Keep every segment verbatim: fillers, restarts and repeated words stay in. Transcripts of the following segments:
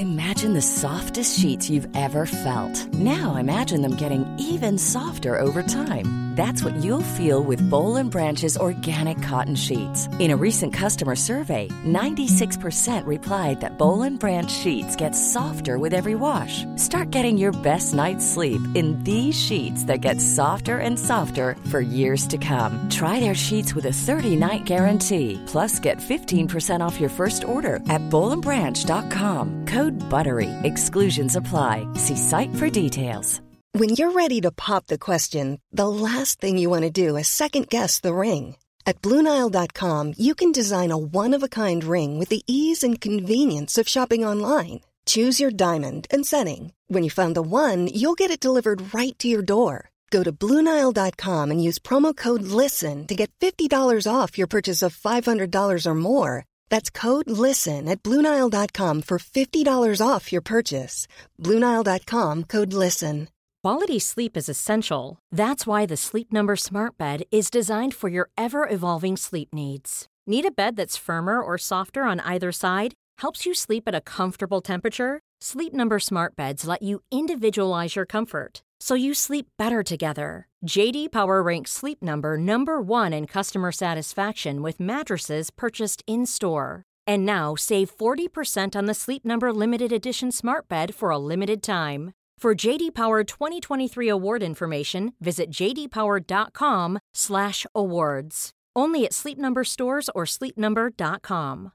Imagine the softest sheets you've ever felt. Now imagine them getting even softer over time. That's what you'll feel with Boll and Branch's organic cotton sheets. In a recent customer survey, ninety-six percent replied that Boll and Branch sheets get softer with every wash. Start getting your best night's sleep in these sheets that get softer and softer for years to come. Try their sheets with a thirty-night guarantee. Plus, get fifteen percent off your first order at boll and branch dot com. Code BUTTERY. Exclusions apply. See site for details. When you're ready to pop the question, the last thing you want to do is second-guess the ring. At Blue Nile dot com, you can design a one-of-a-kind ring with the ease and convenience of shopping online. Choose your diamond and setting. When you find the one, you'll get it delivered right to your door. Go to Blue Nile dot com and use promo code LISTEN to get fifty dollars off your purchase of five hundred dollars or more. That's code LISTEN at Blue Nile dot com for fifty dollars off your purchase. Blue Nile dot com, code LISTEN. Quality sleep is essential. That's why the Sleep Number Smart Bed is designed for your ever-evolving sleep needs. Need a bed that's firmer or softer on either side? Helps you sleep at a comfortable temperature? Sleep Number Smart Beds let you individualize your comfort, so you sleep better together. J D Power ranks Sleep Number number one in customer satisfaction with mattresses purchased in-store. And now, save forty percent on the Sleep Number Limited Edition Smart Bed for a limited time. For J D Power twenty twenty-three award information, visit j d power dot com slash awards. Only at Sleep Number stores or sleep number dot com.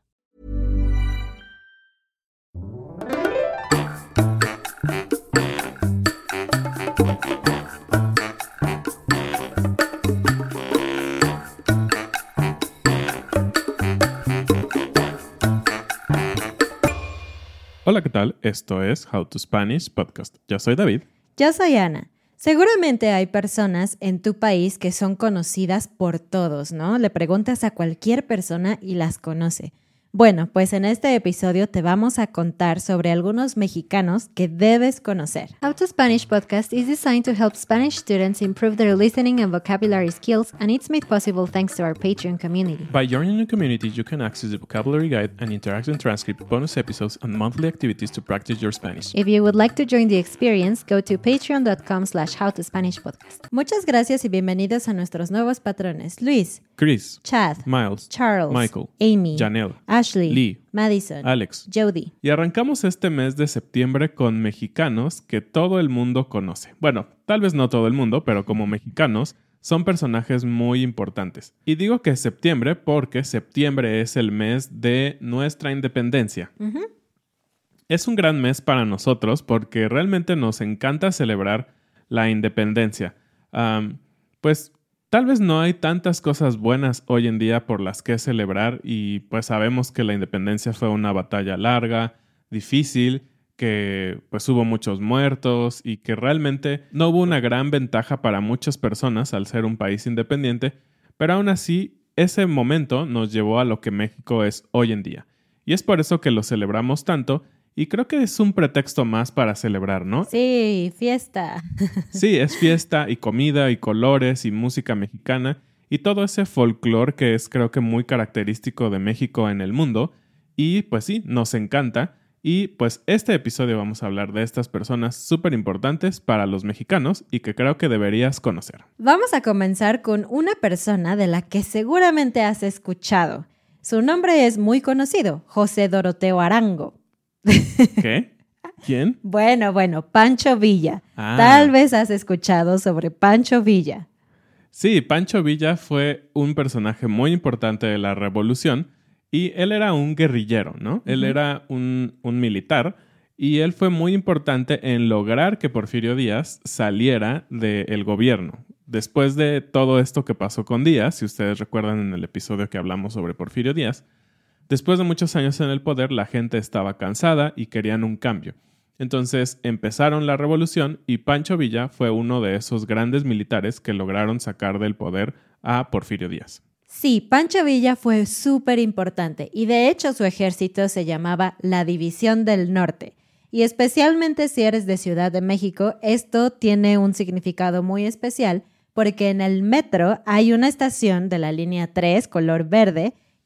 Hola, ¿qué tal? Esto es How to Spanish Podcast. Yo soy David. Yo soy Ana. Seguramente hay personas en tu país que son conocidas por todos, ¿no? Le preguntas a cualquier persona y las conoce. Bueno, pues en este episodio te vamos a contar sobre algunos mexicanos que debes conocer. How to Spanish Podcast is designed to help Spanish students improve their listening and vocabulary skills, and it's made possible thanks to our Patreon community. By joining the community, you can access the vocabulary guide and interactive transcript, bonus episodes, and monthly activities to practice your Spanish. If you would like to join the experience, go to patreon dot com slash how to Spanish podcast. Muchas gracias y bienvenidos a nuestros nuevos patrones. Luis, Chris, Chad, Miles, Charles, Michael, Amy, Janelle, Ashley, Lee, Madison, Alex, Jody. Y arrancamos este mes de septiembre con mexicanos que todo el mundo conoce. Bueno, tal vez no todo el mundo, pero como mexicanos son personajes muy importantes. Y digo que es septiembre porque septiembre es el mes de nuestra independencia. Uh-huh. Es un gran mes para nosotros porque realmente nos encanta celebrar la independencia. Um, pues tal vez no hay tantas cosas buenas hoy en día por las que celebrar y pues sabemos que la independencia fue una batalla larga, difícil, que pues hubo muchos muertos y que realmente no hubo una gran ventaja para muchas personas al ser un país independiente, pero aún así ese momento nos llevó a lo que México es hoy en día. Y es por eso que lo celebramos tanto. Y creo que es un pretexto más para celebrar, ¿no? Sí, fiesta. Sí, es fiesta y comida y colores y música mexicana y todo ese folclore que es creo que muy característico de México en el mundo. Y pues sí, nos encanta. Y pues este episodio vamos a hablar de estas personas súper importantes para los mexicanos y que creo que deberías conocer. Vamos a comenzar con una persona de la que seguramente has escuchado. Su nombre es muy conocido, José Doroteo Arango. ¿Qué? ¿Quién? Bueno, bueno, Pancho Villa. Ah. Tal vez has escuchado sobre Pancho Villa. Sí, Pancho Villa fue un personaje muy importante de la Revolución y él era un guerrillero, ¿no? Uh-huh. Él era un, un militar y él fue muy importante en lograr que Porfirio Díaz saliera del gobierno. Después de todo esto que pasó con Díaz, si ustedes recuerdan en el episodio que hablamos sobre Porfirio Díaz, después de muchos años en el poder, la gente estaba cansada y querían un cambio. Entonces empezaron la revolución y Pancho Villa fue uno de esos grandes militares que lograron sacar del poder a Porfirio Díaz. Sí, Pancho Villa fue súper importante y de hecho su ejército se llamaba la División del Norte. Y especialmente si eres de Ciudad de México, esto tiene un significado muy especial porque en el metro hay una estación de la línea tres, color verde,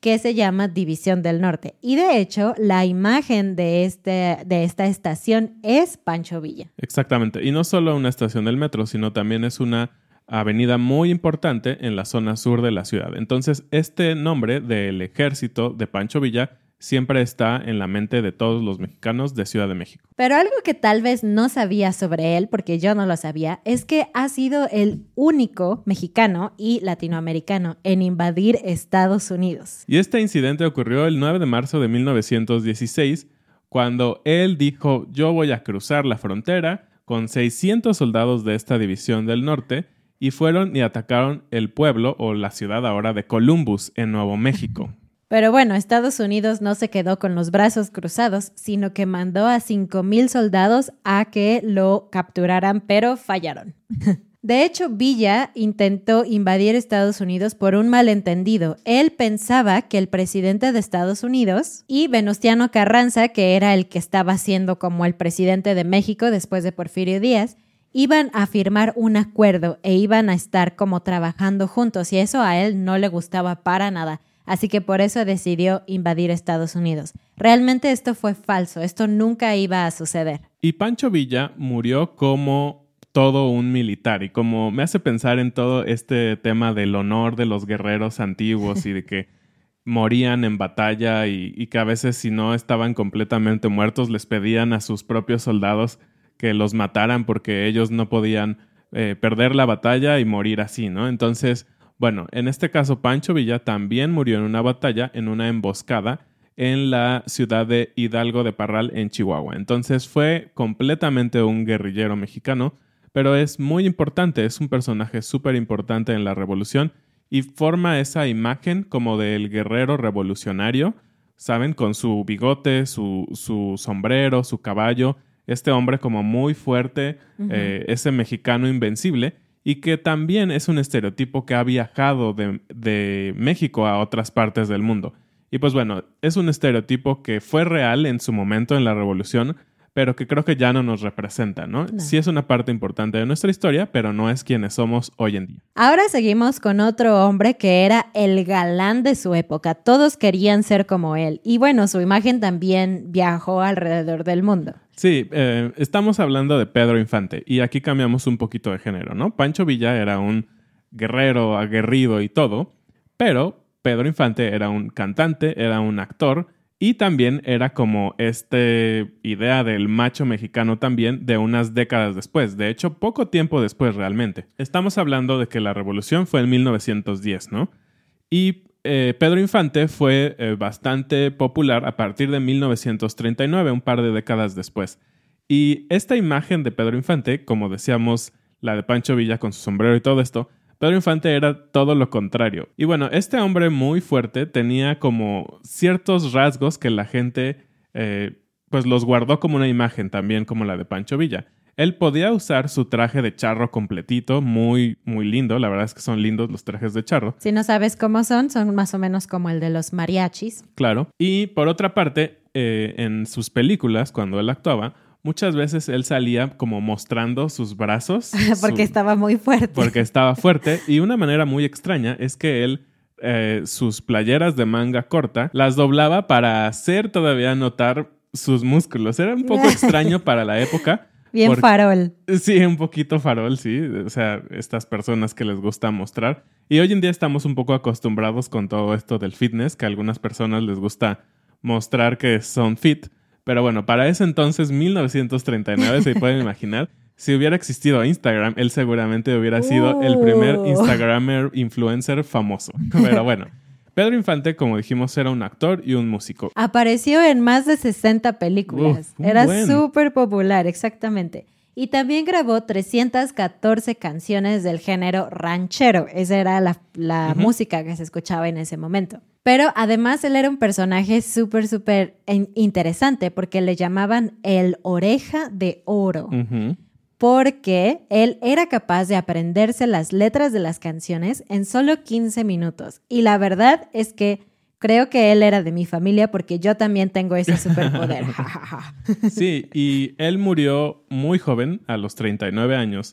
que se llama División del Norte. Y de hecho, la imagen de, este, de esta estación es Pancho Villa. Exactamente. Y no solo una estación del metro, sino también es una avenida muy importante en la zona sur de la ciudad. Entonces, este nombre del ejército de Pancho Villa siempre está en la mente de todos los mexicanos de Ciudad de México. Pero algo que tal vez no sabía sobre él, porque yo no lo sabía, es que ha sido el único mexicano y latinoamericano en invadir Estados Unidos. Y este incidente ocurrió el nueve de marzo de mil novecientos dieciséis, cuando él dijo: yo voy a cruzar la frontera con seiscientos soldados de esta división del norte, y fueron y atacaron el pueblo o la ciudad ahora de Columbus, en Nuevo México. Pero bueno, Estados Unidos no se quedó con los brazos cruzados, sino que mandó a cinco mil soldados a que lo capturaran, pero fallaron. De hecho, Villa intentó invadir Estados Unidos por un malentendido. Él pensaba que el presidente de Estados Unidos y Venustiano Carranza, que era el que estaba siendo como el presidente de México después de Porfirio Díaz, iban a firmar un acuerdo e iban a estar como trabajando juntos, y eso a él no le gustaba para nada. Así que por eso decidió invadir Estados Unidos. Realmente esto fue falso, esto nunca iba a suceder. Y Pancho Villa murió como todo un militar, y como me hace pensar en todo este tema del honor de los guerreros antiguos y de que morían en batalla y, y que a veces, si no estaban completamente muertos, les pedían a sus propios soldados que los mataran porque ellos no podían eh, perder la batalla y morir así, ¿no? Entonces, bueno, en este caso Pancho Villa también murió en una batalla, en una emboscada en la ciudad de Hidalgo de Parral, en Chihuahua. Entonces fue completamente un guerrillero mexicano, pero es muy importante, es un personaje súper importante en la revolución y forma esa imagen como del guerrero revolucionario, ¿saben? Con su bigote, su, su sombrero, su caballo, este hombre como muy fuerte, uh-huh. eh, ese mexicano invencible, y que también es un estereotipo que ha viajado de, de México a otras partes del mundo. Y pues bueno, es un estereotipo que fue real en su momento en la Revolución, pero que creo que ya no nos representa, ¿no? no. Sí es una parte importante de nuestra historia, pero no es quienes somos hoy en día. Ahora seguimos con otro hombre que era el galán de su época. Todos querían ser como él. Y bueno, su imagen también viajó alrededor del mundo. Sí, eh, estamos hablando de Pedro Infante y aquí cambiamos un poquito de género, ¿no? Pancho Villa era un guerrero aguerrido y todo, pero Pedro Infante era un cantante, era un actor y también era como esta idea del macho mexicano también de unas décadas después, de hecho poco tiempo después realmente. Estamos hablando de que la revolución fue en mil novecientos diez, ¿no? Y Eh, Pedro Infante fue eh, bastante popular a partir de mil novecientos treinta y nueve, un par de décadas después. Y esta imagen de Pedro Infante, como decíamos, la de Pancho Villa con su sombrero y todo esto, Pedro Infante era todo lo contrario. Y bueno, este hombre muy fuerte tenía como ciertos rasgos que la gente eh, pues los guardó como una imagen también como la de Pancho Villa. Él podía usar su traje de charro completito, muy, muy lindo. La verdad es que son lindos los trajes de charro. Si no sabes cómo son, son más o menos como el de los mariachis. Claro. Y por otra parte, eh, en sus películas, cuando él actuaba, muchas veces él salía como mostrando sus brazos. Porque su... estaba muy fuerte. Porque estaba fuerte. Y una manera muy extraña es que él eh, sus playeras de manga corta las doblaba para hacer todavía notar sus músculos. Era un poco extraño para la época. Bien porque, farol. Sí, un poquito farol, sí. O sea, estas personas que les gusta mostrar. Y hoy en día estamos un poco acostumbrados con todo esto del fitness, que a algunas personas les gusta mostrar que son fit. Pero bueno, para ese entonces, mil novecientos treinta y nueve, se pueden imaginar, si hubiera existido Instagram, él seguramente hubiera sido uh. el primer Instagramer influencer famoso. Pero bueno. Pedro Infante, como dijimos, era un actor y un músico. Apareció en más de sesenta películas. Uf, era súper popular, exactamente. Y también grabó trescientas catorce canciones del género ranchero. Esa era la, la uh-huh. música que se escuchaba en ese momento. Pero además él era un personaje súper, súper interesante porque le llamaban el Oreja de Oro. Uh-huh. Porque él era capaz de aprenderse las letras de las canciones en solo quince minutos. Y la verdad es que creo que él era de mi familia porque yo también tengo ese superpoder. Sí, y él murió muy joven, a los treinta y nueve años.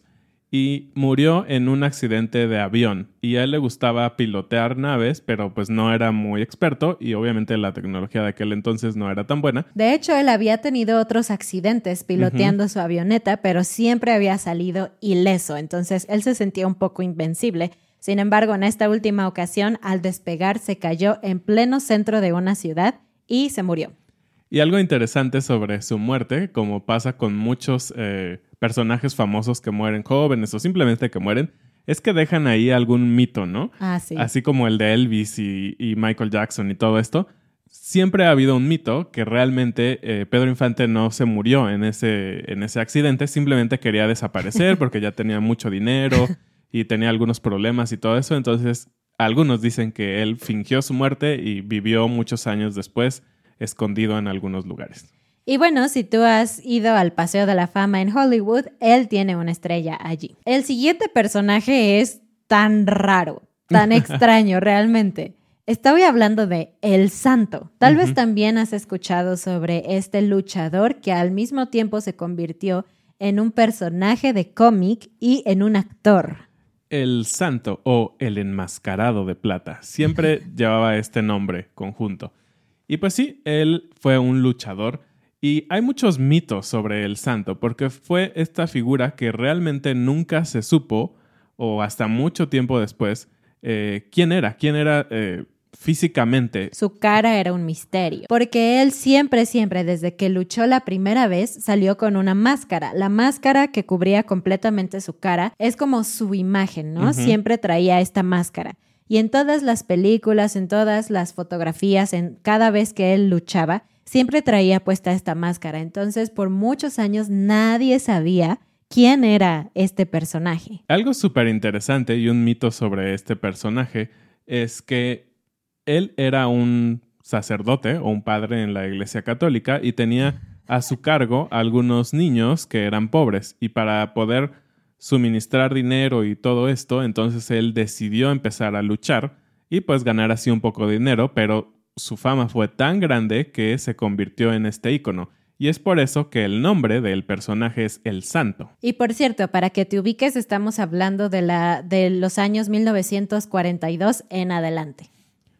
y murió en un accidente de avión. Y a él le gustaba pilotear naves, pero pues no era muy experto y obviamente la tecnología de aquel entonces no era tan buena. De hecho, él había tenido otros accidentes piloteando uh-huh. su avioneta, pero siempre había salido ileso, entonces él se sentía un poco invencible. Sin embargo, en esta última ocasión, al despegar, se cayó en pleno centro de una ciudad y se murió. Y algo interesante sobre su muerte, como pasa con muchos eh, personajes famosos que mueren jóvenes o simplemente que mueren, es que dejan ahí algún mito, ¿no? Ah, sí. Así como el de Elvis y, y Michael Jackson y todo esto. Siempre ha habido un mito que realmente eh, Pedro Infante no se murió en ese, en ese accidente, simplemente quería desaparecer porque ya tenía mucho dinero y tenía algunos problemas y todo eso. Entonces, algunos dicen que él fingió su muerte y vivió muchos años después escondido en algunos lugares. Y bueno, si tú has ido al Paseo de la Fama en Hollywood, él tiene una estrella allí. El siguiente personaje es tan raro, tan extraño realmente. Estoy hablando de El Santo. Tal uh-huh. vez también has escuchado sobre este luchador que al mismo tiempo se convirtió en un personaje de cómic y en un actor. El Santo o el Enmascarado de Plata siempre llevaba este nombre conjunto. Y pues sí, él fue un luchador y hay muchos mitos sobre el Santo porque fue esta figura que realmente nunca se supo o hasta mucho tiempo después eh, quién era, quién era eh, físicamente. Su cara era un misterio porque él siempre, siempre desde que luchó la primera vez salió con una máscara. La máscara que cubría completamente su cara es como su imagen, ¿no? Uh-huh. Siempre traía esta máscara. Y en todas las películas, en todas las fotografías, en cada vez que él luchaba, siempre traía puesta esta máscara. Entonces, por muchos años nadie sabía quién era este personaje. Algo súper interesante y un mito sobre este personaje es que él era un sacerdote o un padre en la Iglesia Católica y tenía a su cargo a algunos niños que eran pobres. Y para poder suministrar dinero y todo esto, entonces él decidió empezar a luchar y pues ganar así un poco de dinero, pero su fama fue tan grande que se convirtió en este ícono. Y es por eso que el nombre del personaje es El Santo. Y por cierto, para que te ubiques, estamos hablando de, la, de los años mil novecientos cuarenta y dos en adelante.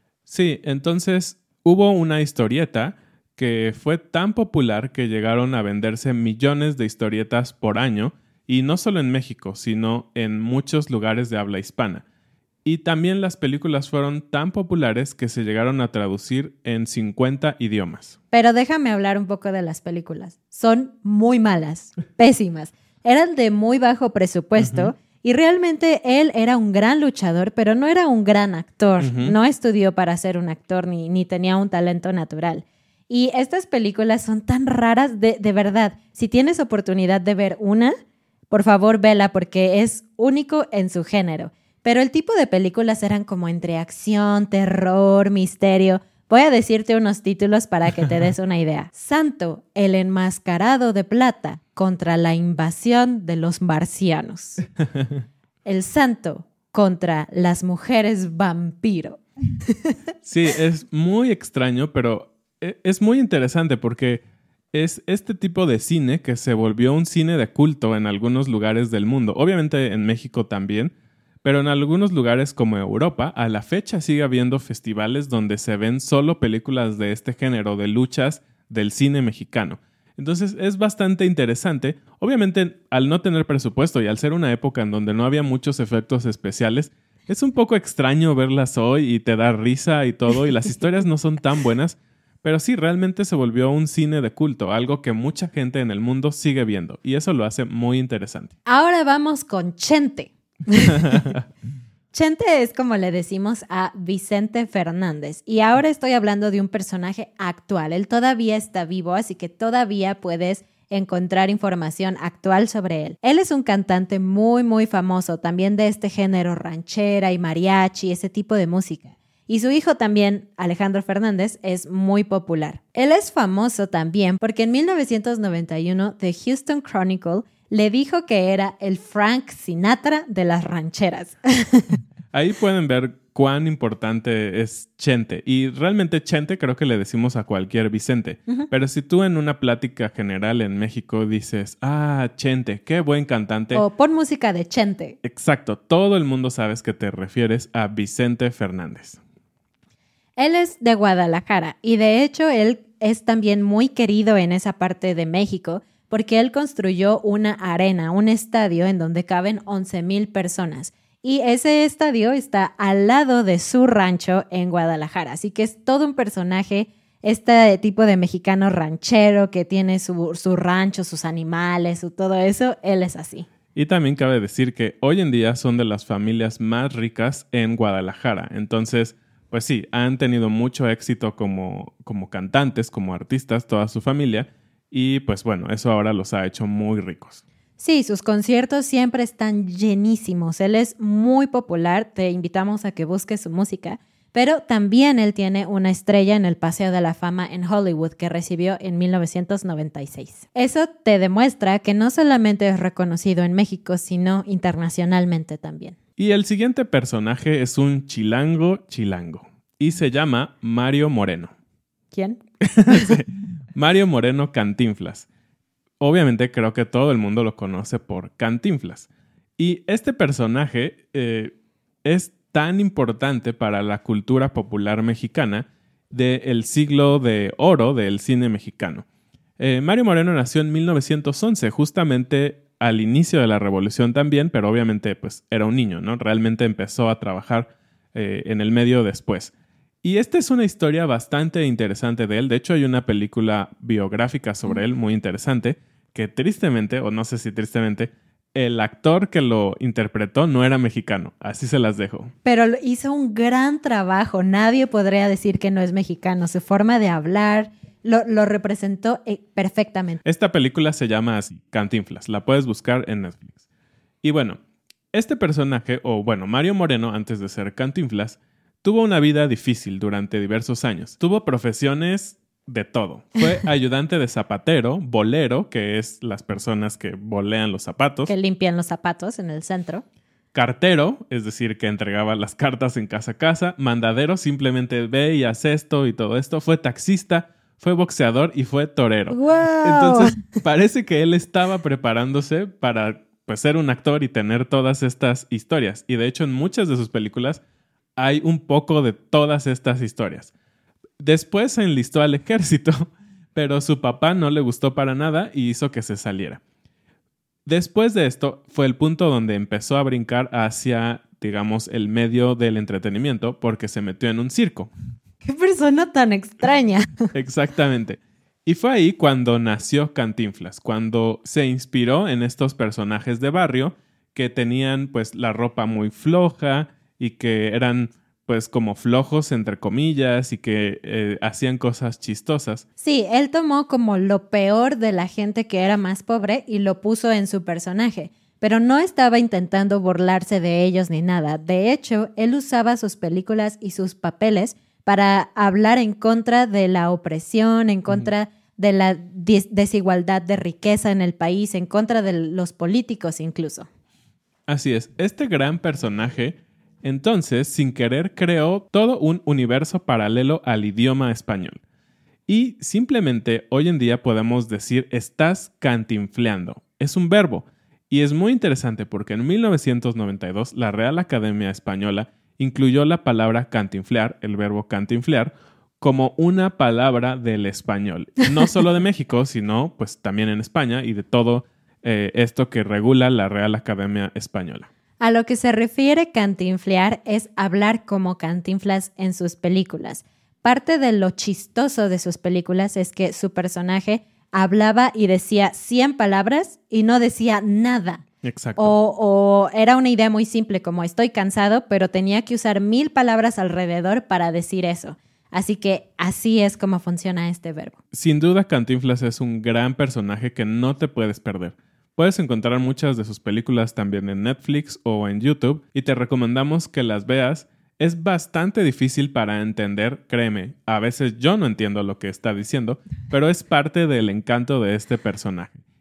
Sí, entonces hubo una historieta que fue tan popular que llegaron a venderse millones de historietas por año. Y no solo en México, sino en muchos lugares de habla hispana. Y también las películas fueron tan populares que se llegaron a traducir en cincuenta idiomas. Pero déjame hablar un poco de las películas. Son muy malas, pésimas. Eran de muy bajo presupuesto uh-huh. y realmente él era un gran luchador, pero no era un gran actor. Uh-huh. No estudió para ser un actor ni, ni tenía un talento natural. Y estas películas son tan raras, de, de verdad. Si tienes oportunidad de ver una, por favor, vela porque es único en su género. Pero el tipo de películas eran como entre acción, terror, misterio. Voy a decirte unos títulos para que te des una idea. Santo, el enmascarado de plata contra la invasión de los marcianos. El Santo contra las mujeres vampiro. Sí, es muy extraño, pero es muy interesante porque es este tipo de cine que se volvió un cine de culto en algunos lugares del mundo. Obviamente en México también, pero en algunos lugares como Europa, a la fecha sigue habiendo festivales donde se ven solo películas de este género, de luchas del cine mexicano. Entonces es bastante interesante. Obviamente, al no tener presupuesto y al ser una época en donde no había muchos efectos especiales, es un poco extraño verlas hoy y te da risa y todo, y las historias no son tan buenas. Pero sí, realmente se volvió un cine de culto, algo que mucha gente en el mundo sigue viendo. Y eso lo hace muy interesante. Ahora vamos con Chente. Chente es como le decimos a Vicente Fernández. Y ahora estoy hablando de un personaje actual. Él todavía está vivo, así que todavía puedes encontrar información actual sobre él. Él es un cantante muy, muy famoso, también de este género ranchera y mariachi, ese tipo de música. Y su hijo también, Alejandro Fernández, es muy popular. Él es famoso también porque en mil novecientos noventa y uno The Houston Chronicle le dijo que era el Frank Sinatra de las rancheras. Ahí pueden ver cuán importante es Chente. Y realmente Chente creo que le decimos a cualquier Vicente. Uh-huh. Pero si tú en una plática general en México dices, ah, Chente, qué buen cantante. O pon música de Chente. Exacto. Todo el mundo sabes que te refieres a Vicente Fernández. Él es de Guadalajara y de hecho él es también muy querido en esa parte de México porque él construyó una arena, un estadio en donde caben once mil personas. Y ese estadio está al lado de su rancho en Guadalajara. Así que es todo un personaje, este tipo de mexicano ranchero que tiene su, su rancho, sus animales, su todo eso. Él es así. Y también cabe decir que hoy en día son de las familias más ricas en Guadalajara. Entonces, pues sí, han tenido mucho éxito como, como cantantes, como artistas, toda su familia. Y pues bueno, eso ahora los ha hecho muy ricos. Sí, sus conciertos siempre están llenísimos. Él es muy popular, te invitamos a que busques su música, pero también él tiene una estrella en el Paseo de la Fama en Hollywood que recibió en mil novecientos noventa y seis. Eso te demuestra que no solamente es reconocido en México, sino internacionalmente también. Y el siguiente personaje es un chilango chilango y se llama Mario Moreno. ¿Quién? Sí. Mario Moreno Cantinflas. Obviamente creo que todo el mundo lo conoce por Cantinflas. Y este personaje eh, es tan importante para la cultura popular mexicana del siglo de oro del cine mexicano. Eh, Mario Moreno nació en mil novecientos once, justamente al inicio de la Revolución también, pero obviamente pues, era un niño, ¿no? Realmente empezó a trabajar eh, en el medio después. Y esta es una historia bastante interesante de él. De hecho, hay una película biográfica sobre él muy interesante que tristemente, o no sé si tristemente, el actor que lo interpretó no era mexicano. Así se las dejo. Pero hizo un gran trabajo. Nadie podría decir que no es mexicano. Su forma de hablar lo, lo representó perfectamente. Esta película se llama así, Cantinflas. La puedes buscar en Netflix. Y bueno, este personaje, o bueno, Mario Moreno, antes de ser Cantinflas, tuvo una vida difícil durante diversos años. Tuvo profesiones de todo. Fue ayudante de zapatero, bolero, que es las personas que bolean los zapatos. Que limpian los zapatos en el centro. Cartero, es decir, que entregaba las cartas en casa a casa. Mandadero, simplemente ve y hace esto y todo esto. Fue taxista, fue boxeador y fue torero. ¡Wow! Entonces, parece que él estaba preparándose para pues, ser un actor y tener todas estas historias. Y de hecho, en muchas de sus películas hay un poco de todas estas historias. Después se enlistó al ejército, pero su papá no le gustó para nada y hizo que se saliera. Después de esto fue el punto donde empezó a brincar hacia, digamos, el medio del entretenimiento porque se metió en un circo. ¡Qué persona tan extraña! Exactamente. Y fue ahí cuando nació Cantinflas, cuando se inspiró en estos personajes de barrio que tenían pues la ropa muy floja y que eran pues como flojos entre comillas y que eh, hacían cosas chistosas. Sí, él tomó como lo peor de la gente que era más pobre y lo puso en su personaje, pero no estaba intentando burlarse de ellos ni nada. De hecho, él usaba sus películas y sus papeles para hablar en contra de la opresión, en contra uh-huh. de la des- desigualdad de riqueza en el país, en contra de los políticos incluso. Así es, este gran personaje entonces, sin querer, creó todo un universo paralelo al idioma español. Y simplemente hoy en día podemos decir estás cantinfleando. Es un verbo. Y es muy interesante porque en mil novecientos noventa y dos la Real Academia Española incluyó la palabra cantinflear, el verbo cantinflear, como una palabra del español. No solo de México, sino pues también en España y de todo eh, esto que regula la Real Academia Española. A lo que se refiere cantinflear es hablar como Cantinflas en sus películas. Parte de lo chistoso de sus películas es que su personaje hablaba y decía cien palabras y no decía nada. Exacto. O, o era una idea muy simple como estoy cansado, pero tenía que usar mil palabras alrededor para decir eso. Así que así es como funciona este verbo. Sin duda, Cantinflas es un gran personaje que no te puedes perder. Puedes encontrar muchas de sus películas también en Netflix o en YouTube y te recomendamos que las veas. Es bastante difícil para entender, créeme. A veces yo no entiendo lo que está diciendo, pero es parte del encanto de este personaje.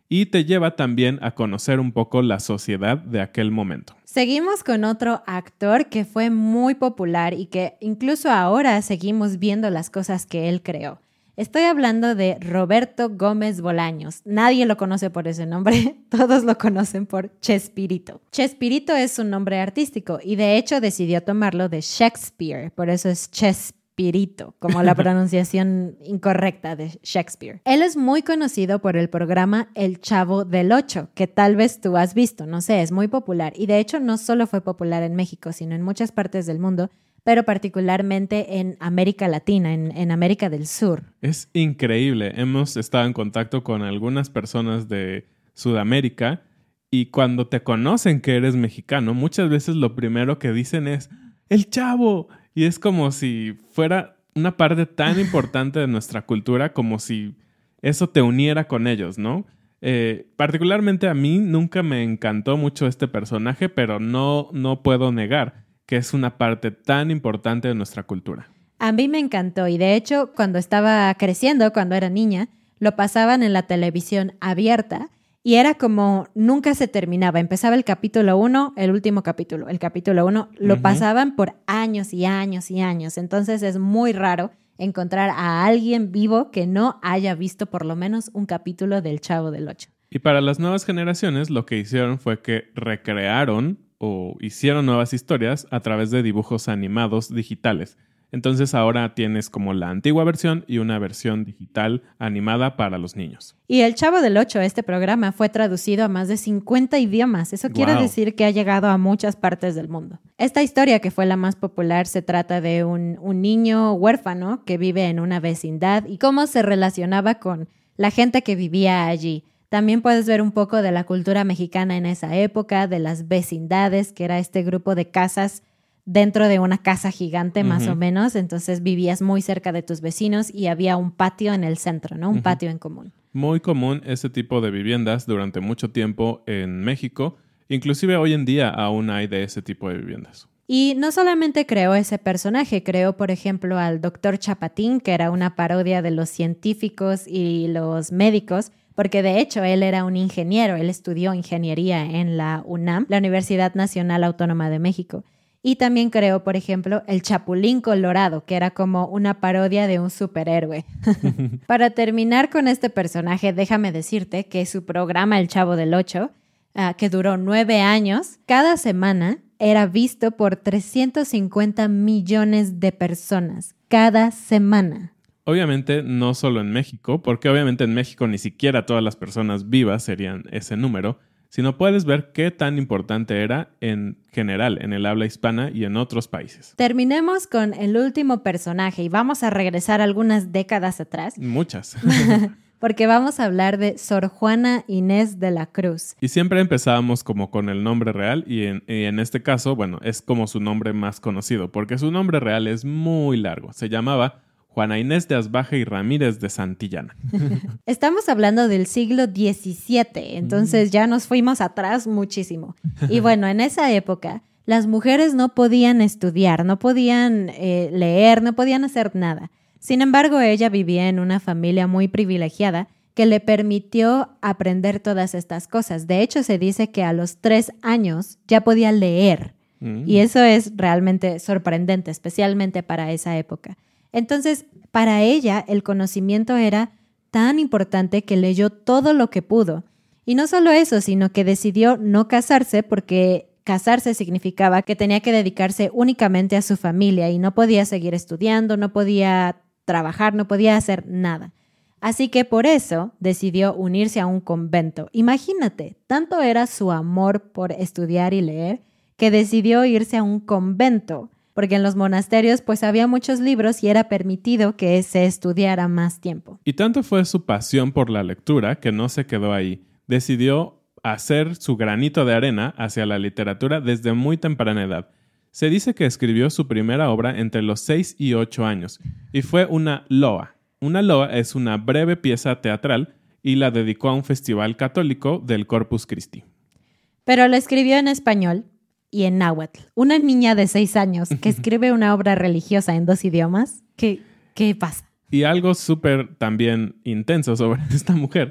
y te lleva también a conocer un poco la sociedad de aquel momento. Seguimos con otro actor que fue muy popular y que incluso ahora seguimos viendo las cosas que él creó. Estoy hablando de Roberto Gómez Bolaños. Nadie lo conoce por ese nombre, todos lo conocen por Chespirito. Chespirito es su nombre artístico y de hecho decidió tomarlo de Shakespeare, por eso es Chespirito, como la pronunciación incorrecta de Shakespeare. Él es muy conocido por el programa El Chavo del Ocho, que tal vez tú has visto, no sé, es muy popular. Y de hecho no solo fue popular en México, sino en muchas partes del mundo, pero particularmente en América Latina, en, en América del Sur. Es increíble. Hemos estado en contacto con algunas personas de Sudamérica y cuando te conocen que eres mexicano, muchas veces lo primero que dicen es ¡El Chavo! Y es como si fuera una parte tan importante de nuestra cultura, como si eso te uniera con ellos, ¿no? Eh, particularmente a mí nunca me encantó mucho este personaje, pero no, no puedo negar que es una parte tan importante de nuestra cultura. A mí me encantó y de hecho cuando estaba creciendo, cuando era niña, lo pasaban en la televisión abierta y era como nunca se terminaba. Empezaba el capítulo uno, el último capítulo, el capítulo uno, lo uh-huh. pasaban por años y años y años. Entonces es muy raro encontrar a alguien vivo que no haya visto por lo menos un capítulo del Chavo del Ocho. Y para las nuevas generaciones lo que hicieron fue que recrearon o hicieron nuevas historias a través de dibujos animados digitales. Entonces ahora tienes como la antigua versión y una versión digital animada para los niños. Y El Chavo del Ocho, este programa, fue traducido a más de cincuenta idiomas. Eso quiere wow. decir que ha llegado a muchas partes del mundo. Esta historia, que fue la más popular, se trata de un, un niño huérfano que vive en una vecindad y cómo se relacionaba con la gente que vivía allí. También puedes ver un poco de la cultura mexicana en esa época, de las vecindades, que era este grupo de casas dentro de una casa gigante, más uh-huh. o menos. Entonces vivías muy cerca de tus vecinos y había un patio en el centro, ¿no? Un uh-huh. patio en común. Muy común ese tipo de viviendas durante mucho tiempo en México. Inclusive hoy en día aún hay de ese tipo de viviendas. Y no solamente creó ese personaje, creó, por ejemplo, al doctor Chapatín, que era una parodia de los científicos y los médicos, porque de hecho él era un ingeniero, él estudió ingeniería en la UNAM, la Universidad Nacional Autónoma de México. Y también creó, por ejemplo, el Chapulín Colorado, que era como una parodia de un superhéroe. Para terminar con este personaje, déjame decirte que su programa El Chavo del Ocho, uh, que duró nueve años, cada semana era visto por trescientos cincuenta millones de personas, cada semana. Obviamente no solo en México, porque obviamente en México ni siquiera todas las personas vivas serían ese número, sino puedes ver qué tan importante era en general en el habla hispana y en otros países. Terminemos con el último personaje y vamos a regresar algunas décadas atrás. Muchas. Porque vamos a hablar de Sor Juana Inés de la Cruz. Y siempre empezábamos como con el nombre real y en, y en este caso, bueno, es como su nombre más conocido, porque su nombre real es muy largo. Se llamaba Juana Inés de Asbaje y Ramírez de Santillana. Estamos hablando del siglo diecisiete, entonces ya nos fuimos atrás muchísimo. Y bueno, en esa época las mujeres no podían estudiar, no podían eh, leer, no podían hacer nada. Sin embargo, ella vivía en una familia muy privilegiada que le permitió aprender todas estas cosas. De hecho, se dice que a los tres años ya podía leer. Mm. Y eso es realmente sorprendente, especialmente para esa época. Entonces, para ella, el conocimiento era tan importante que leyó todo lo que pudo. Y no solo eso, sino que decidió no casarse porque casarse significaba que tenía que dedicarse únicamente a su familia y no podía seguir estudiando, no podía trabajar, no podía hacer nada. Así que por eso decidió unirse a un convento. Imagínate, tanto era su amor por estudiar y leer que decidió irse a un convento. Porque en los monasterios pues había muchos libros y era permitido que se estudiara más tiempo. Y tanto fue su pasión por la lectura que no se quedó ahí. Decidió hacer su granito de arena hacia la literatura desde muy temprana edad. Se dice que escribió su primera obra entre los seis y ocho años y fue una loa. Una loa es una breve pieza teatral y la dedicó a un festival católico del Corpus Christi. Pero la escribió en español y en náhuatl. Una niña de seis años que escribe una obra religiosa en dos idiomas, ¿qué, qué pasa? Y algo súper también intenso sobre esta mujer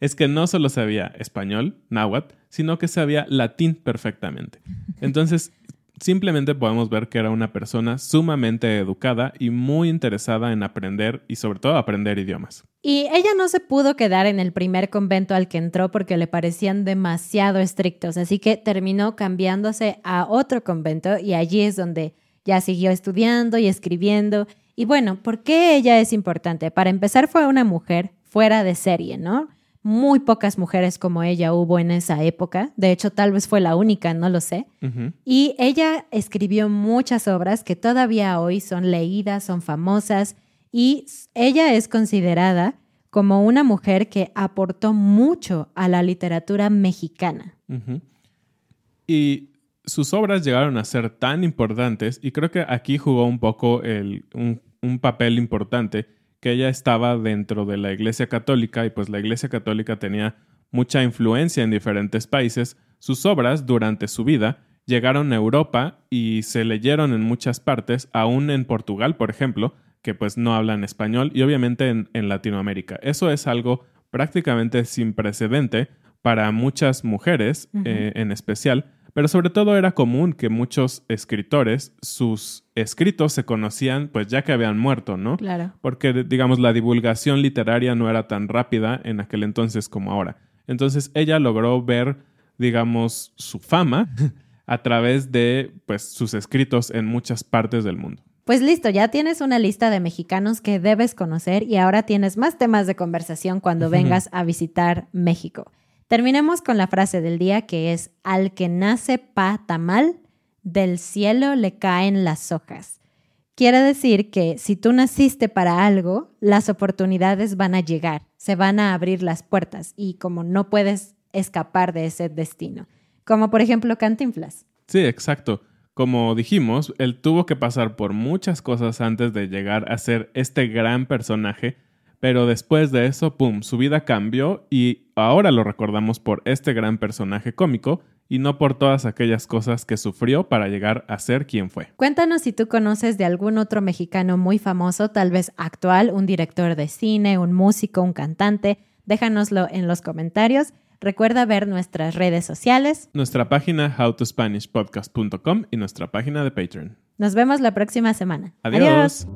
es que no solo sabía español, náhuatl, sino que sabía latín perfectamente. Entonces, simplemente podemos ver que era una persona sumamente educada y muy interesada en aprender y sobre todo aprender idiomas. Y ella no se pudo quedar en el primer convento al que entró porque le parecían demasiado estrictos, así que terminó cambiándose a otro convento y allí es donde ya siguió estudiando y escribiendo. Y bueno, ¿por qué ella es importante? Para empezar, fue una mujer fuera de serie, ¿no? Muy pocas mujeres como ella hubo en esa época. De hecho, tal vez fue la única, no lo sé. Uh-huh. Y ella escribió muchas obras que todavía hoy son leídas, son famosas. Y ella es considerada como una mujer que aportó mucho a la literatura mexicana. Uh-huh. Y sus obras llegaron a ser tan importantes, y creo que aquí jugó un poco el, un, un papel importante, que ella estaba dentro de la Iglesia Católica y pues la Iglesia Católica tenía mucha influencia en diferentes países. Sus obras durante su vida llegaron a Europa y se leyeron en muchas partes, aún en Portugal, por ejemplo, que pues no hablan español, y obviamente en, en Latinoamérica. Eso es algo prácticamente sin precedente para muchas mujeres, uh-huh. eh, en especial, pero sobre todo era común que muchos escritores, sus escritos se conocían pues ya que habían muerto, ¿no? Claro. Porque, digamos, la divulgación literaria no era tan rápida en aquel entonces como ahora. Entonces ella logró ver, digamos, su fama a través de pues sus escritos en muchas partes del mundo. Pues listo, ya tienes una lista de mexicanos que debes conocer y ahora tienes más temas de conversación cuando vengas a visitar México. Terminemos con la frase del día, que es: al que nace pa tamal, del cielo le caen las hojas. Quiere decir que si tú naciste para algo, las oportunidades van a llegar, se van a abrir las puertas y como no puedes escapar de ese destino. Como por ejemplo Cantinflas. Sí, exacto. Como dijimos, él tuvo que pasar por muchas cosas antes de llegar a ser este gran personaje. Pero después de eso, pum, su vida cambió y ahora lo recordamos por este gran personaje cómico y no por todas aquellas cosas que sufrió para llegar a ser quien fue. Cuéntanos si tú conoces de algún otro mexicano muy famoso, tal vez actual, un director de cine, un músico, un cantante. Déjanoslo en los comentarios. Recuerda ver nuestras redes sociales, nuestra página how to spanish podcast punto com y nuestra página de Patreon. Nos vemos la próxima semana. Adiós. Adiós.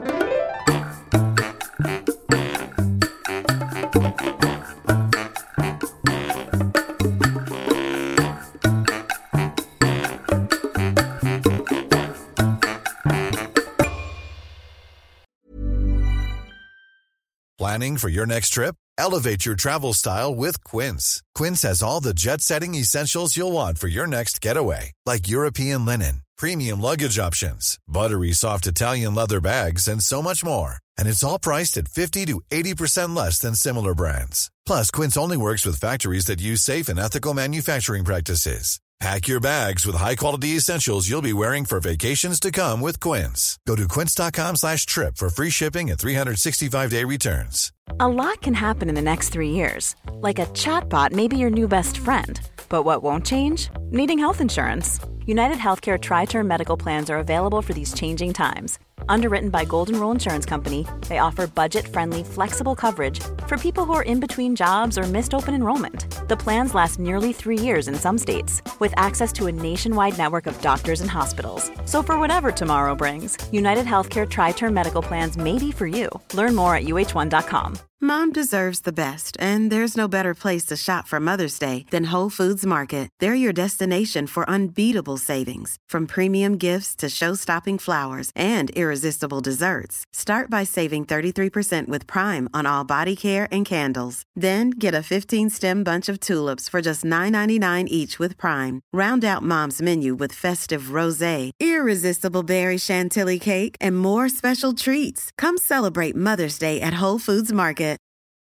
Planning for your next trip? Elevate your travel style with Quince. Quince has all the jet-setting essentials you'll want for your next getaway, like European linen, premium luggage options, buttery soft Italian leather bags, and so much more. And it's all priced at fifty to eighty percent less than similar brands. Plus, Quince only works with factories that use safe and ethical manufacturing practices. Pack your bags with high-quality essentials you'll be wearing for vacations to come with Quince. Go to quince.com slash trip for free shipping and three sixty-five day returns. A lot can happen in the next three years. Like a chatbot may be your new best friend. But what won't change? Needing health insurance. United Healthcare Tri-Term Medical Plans are available for these changing times. Underwritten by Golden Rule Insurance Company, they offer budget-friendly, flexible coverage for people who are in between jobs or missed open enrollment. The plans last nearly three years in some states, with access to a nationwide network of doctors and hospitals. So for whatever tomorrow brings, United Healthcare Tri-Term Medical Plans may be for you. Learn more at U H one dot com. Mom deserves the best, and there's no better place to shop for Mother's Day than Whole Foods Market. They're your destination for unbeatable savings, from premium gifts to show-stopping flowers and irresistible desserts. Start by saving thirty-three percent with Prime on all body care and candles. Then get a fifteen-stem bunch of tulips for just nine ninety-nine each with Prime. Round out Mom's menu with festive rosé, irresistible berry chantilly cake, and more special treats. Come celebrate Mother's Day at Whole Foods Market.